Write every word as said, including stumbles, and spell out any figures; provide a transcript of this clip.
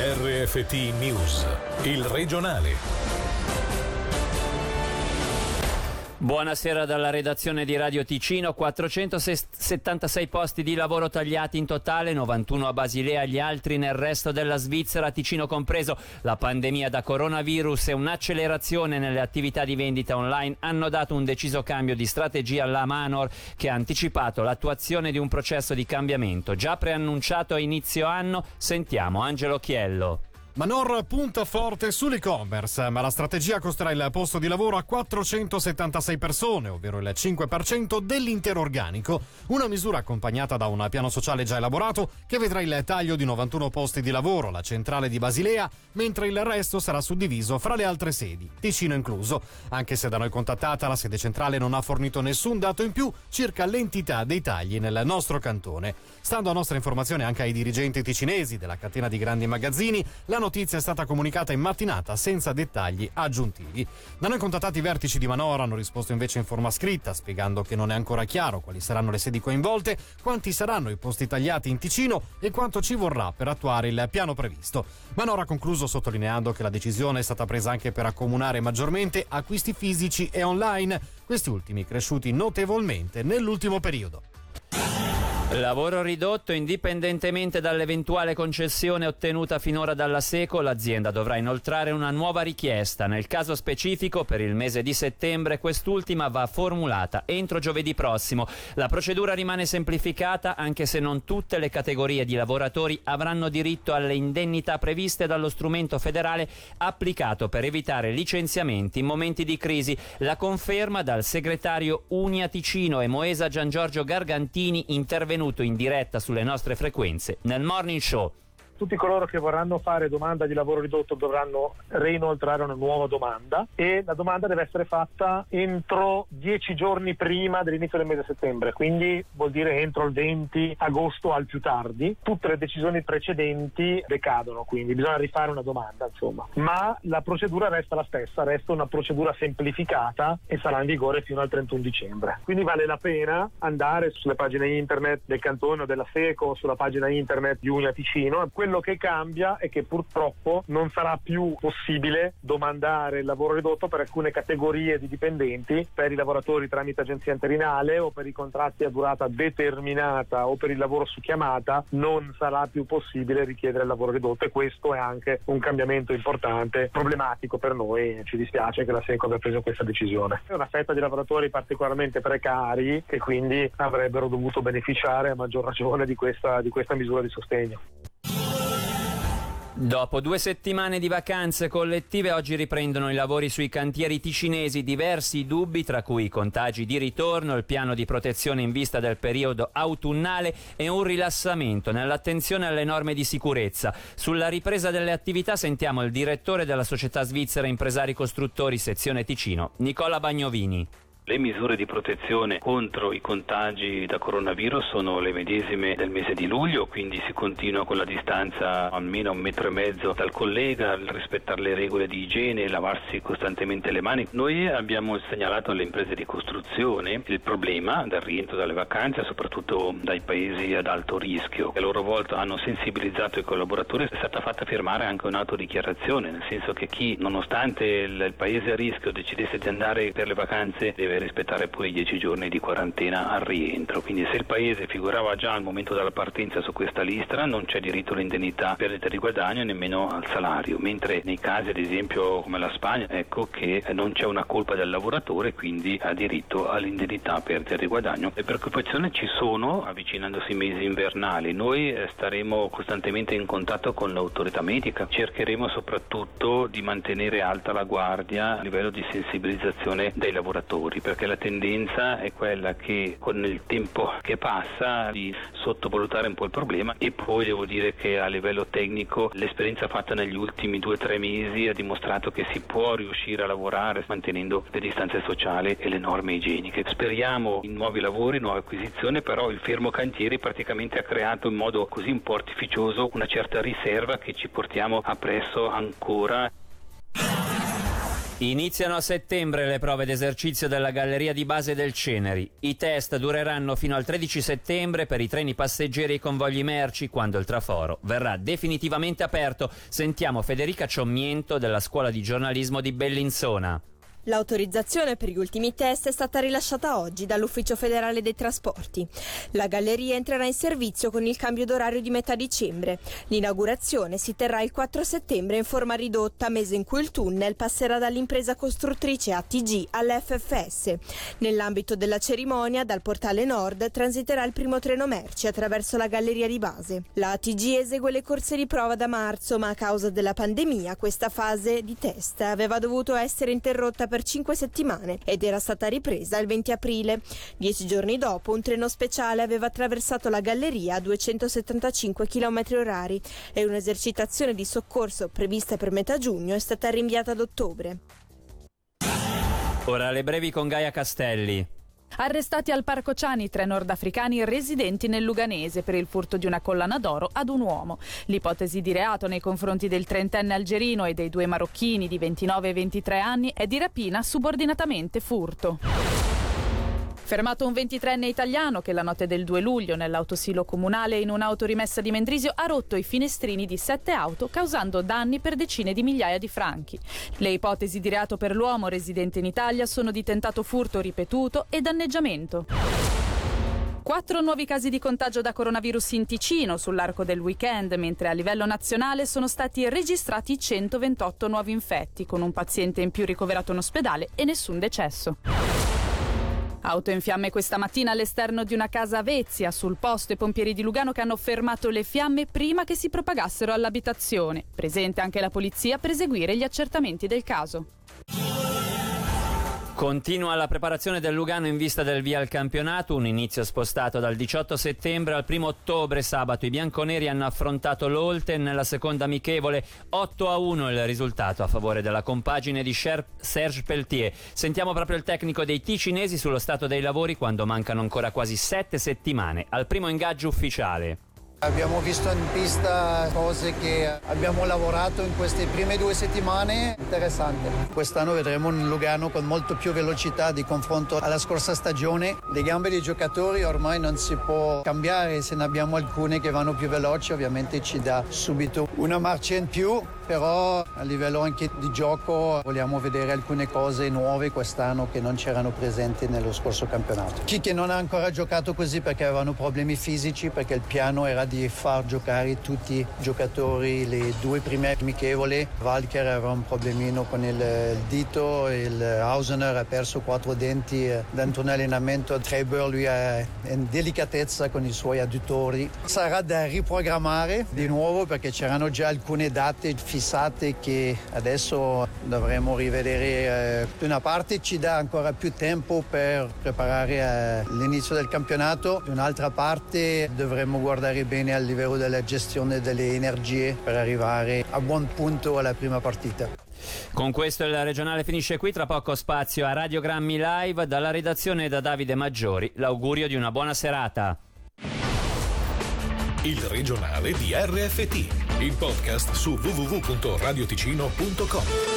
R F T News, il regionale. Buonasera dalla redazione di Radio Ticino. quattrocentosettantasei posti di lavoro tagliati in totale, novantuno a Basilea, gli altri nel resto della Svizzera, Ticino compreso. La pandemia da coronavirus e un'accelerazione nelle attività di vendita online hanno dato un deciso cambio di strategia alla Manor, che ha anticipato l'attuazione di un processo di cambiamento già preannunciato a inizio anno. Sentiamo Angelo Chiello. Manor punta forte sull'e-commerce, ma la strategia costerà il posto di lavoro a quattrocentosettantasei persone, ovvero il cinque per cento dell'intero organico, una misura accompagnata da un piano sociale già elaborato che vedrà il taglio di novantuno posti di lavoro alla centrale di Basilea, mentre il resto sarà suddiviso fra le altre sedi, Ticino incluso. Anche se da noi contattata, la sede centrale non ha fornito nessun dato in più circa l'entità dei tagli nel nostro cantone. Stando a nostra informazione anche ai dirigenti ticinesi della catena di grandi magazzini, la notizia è stata comunicata in mattinata senza dettagli aggiuntivi. Da noi contattati i vertici di Manor hanno risposto invece in forma scritta, spiegando che non è ancora chiaro quali saranno le sedi coinvolte, quanti saranno i posti tagliati in Ticino e quanto ci vorrà per attuare il piano previsto. Manor ha concluso sottolineando che la decisione è stata presa anche per accomunare maggiormente acquisti fisici e online, questi ultimi cresciuti notevolmente nell'ultimo periodo. Lavoro ridotto. Indipendentemente dall'eventuale concessione ottenuta finora dalla SECO, l'azienda dovrà inoltrare una nuova richiesta. Nel caso specifico, per il mese di settembre, quest'ultima va formulata entro giovedì prossimo. La procedura rimane semplificata, anche se non tutte le categorie di lavoratori avranno diritto alle indennità previste dallo strumento federale applicato per evitare licenziamenti in momenti di crisi. La conferma dal segretario Unia Ticino e Moesa Giangiorgio Gargantini, intervenuto in diretta sulle nostre frequenze nel Morning Show. Tutti coloro che vorranno fare domanda di lavoro ridotto dovranno reinoltrare una nuova domanda, e la domanda deve essere fatta entro dieci giorni prima dell'inizio del mese di settembre, quindi vuol dire entro il venti agosto al più tardi. Tutte le decisioni precedenti decadono, quindi bisogna rifare una domanda, insomma. Ma la procedura resta la stessa, resta una procedura semplificata e sarà in vigore fino al trentuno dicembre. Quindi vale la pena andare sulle pagine internet del cantone o della SECO, sulla pagina internet di Unia Ticino. Quello che cambia è che purtroppo non sarà più possibile domandare il lavoro ridotto per alcune categorie di dipendenti, per i lavoratori tramite agenzia interinale o per i contratti a durata determinata o per il lavoro su chiamata. Non sarà più possibile richiedere il lavoro ridotto, e questo è anche un cambiamento importante, problematico per noi. Ci dispiace che la SECO abbia preso questa decisione. È una fetta di lavoratori particolarmente precari che quindi avrebbero dovuto beneficiare a maggior ragione di questa, di questa misura di sostegno. Dopo due settimane di vacanze collettive, oggi riprendono i lavori sui cantieri ticinesi. Diversi dubbi, tra cui i contagi di ritorno, il piano di protezione in vista del periodo autunnale e un rilassamento nell'attenzione alle norme di sicurezza. Sulla ripresa delle attività sentiamo il direttore della Società Svizzera Impresari Costruttori Sezione Ticino, Nicola Bagnovini. Le misure di protezione contro i contagi da coronavirus sono le medesime del mese di luglio, quindi si continua con la distanza almeno un metro e mezzo dal collega, il rispettare le regole di igiene, lavarsi costantemente le mani. Noi abbiamo segnalato alle imprese di costruzione il problema del rientro dalle vacanze, soprattutto dai paesi ad alto rischio, che a loro volta hanno sensibilizzato i collaboratori. È stata fatta firmare anche un'autodichiarazione, nel senso che chi, nonostante il paese a rischio, decidesse di andare per le vacanze deve rispettare poi i dieci giorni di quarantena al rientro. Quindi se il paese figurava già al momento della partenza su questa lista, non c'è diritto all'indennità perdita di guadagno e nemmeno al salario, mentre nei casi ad esempio come la Spagna, ecco che non c'è una colpa del lavoratore, quindi ha diritto all'indennità perdita di guadagno. Le preoccupazioni ci sono avvicinandosi i mesi invernali. Noi staremo costantemente in contatto con l'autorità medica, cercheremo soprattutto di mantenere alta la guardia a livello di sensibilizzazione dei lavoratori, perché la tendenza è quella che con il tempo che passa di sottovalutare un po' il problema. E poi devo dire che a livello tecnico l'esperienza fatta negli ultimi due o tre mesi ha dimostrato che si può riuscire a lavorare mantenendo le distanze sociali e le norme igieniche. Speriamo in nuovi lavori, nuove acquisizioni, però il fermo cantieri praticamente ha creato in modo così un po' artificioso una certa riserva che ci portiamo appresso ancora. Iniziano a settembre le prove d'esercizio della galleria di base del Ceneri. I test dureranno fino al tredici settembre per i treni passeggeri e i convogli merci, quando il traforo verrà definitivamente aperto. Sentiamo Federica Ciommiento della Scuola di Giornalismo di Bellinzona. L'autorizzazione per gli ultimi test è stata rilasciata oggi dall'Ufficio Federale dei Trasporti. La galleria entrerà in servizio con il cambio d'orario di metà dicembre. L'inaugurazione si terrà il quattro settembre in forma ridotta, mese in cui il tunnel passerà dall'impresa costruttrice A T G all'F F S. Nell'ambito della cerimonia, dal portale nord transiterà il primo treno merci attraverso la galleria di base. La A T G esegue le corse di prova da marzo, ma a causa della pandemia questa fase di test aveva dovuto essere interrotta per per cinque settimane ed era stata ripresa il venti aprile. Dieci giorni dopo un treno speciale aveva attraversato la galleria a duecentosettantacinque chilometri orari e un'esercitazione di soccorso prevista per metà giugno è stata rinviata ad ottobre. Ora le brevi con Gaia Castelli. Arrestati al Parco Ciani tre nordafricani residenti nel Luganese per il furto di una collana d'oro ad un uomo. L'ipotesi di reato nei confronti del trentenne algerino e dei due marocchini di ventinove e ventitré anni è di rapina subordinatamente furto. Fermato un ventitreenne italiano che la notte del due luglio nell'autosilo comunale in un'auto rimessa di Mendrisio ha rotto i finestrini di sette auto causando danni per decine di migliaia di franchi. Le ipotesi di reato per l'uomo residente in Italia sono di tentato furto ripetuto e danneggiamento. Quattro nuovi casi di contagio da coronavirus in Ticino sull'arco del weekend, mentre a livello nazionale sono stati registrati centoventotto nuovi infetti, con un paziente in più ricoverato in ospedale e nessun decesso. Auto in fiamme questa mattina all'esterno di una casa a Vezia. Sul posto i pompieri di Lugano che hanno fermato le fiamme prima che si propagassero all'abitazione. Presente anche la polizia per eseguire gli accertamenti del caso. Continua la preparazione del Lugano in vista del via al campionato, un inizio spostato dal diciotto settembre al primo ottobre. Sabato i bianconeri hanno affrontato l'Olten nella seconda amichevole, otto a uno il risultato a favore della compagine di Serge Pelletier. Sentiamo proprio il tecnico dei ticinesi sullo stato dei lavori quando mancano ancora quasi sette settimane al primo ingaggio ufficiale. Abbiamo visto in pista cose che abbiamo lavorato in queste prime due settimane, interessante. Quest'anno vedremo un Lugano con molto più velocità di confronto alla scorsa stagione. Le gambe dei giocatori ormai non si può cambiare, se ne abbiamo alcune che vanno più veloci ovviamente ci dà subito una marcia in più, però a livello anche di gioco vogliamo vedere alcune cose nuove quest'anno che non c'erano presenti nello scorso campionato. Chi che non ha ancora giocato così perché avevano problemi fisici, perché il piano era di far giocare tutti i giocatori le due prime amichevoli. Walker aveva un problemino con il, il dito, il Hausener ha perso quattro denti dentro un allenamento, Treber lui è in delicatezza con i suoi adduttori. Sarà da riprogrammare di nuovo perché c'erano già alcune date fissate che adesso dovremo rivedere. Eh, una parte ci dà ancora più tempo per preparare eh, l'inizio del campionato, un'altra parte dovremo guardare bene al livello della gestione delle energie per arrivare a buon punto alla prima partita. Con questo il regionale finisce qui, tra poco spazio a Radiogrammi Live. Dalla redazione da Davide Maggiori l'augurio di una buona serata. Il regionale di R F T, il podcast su w w w punto radioticino punto com.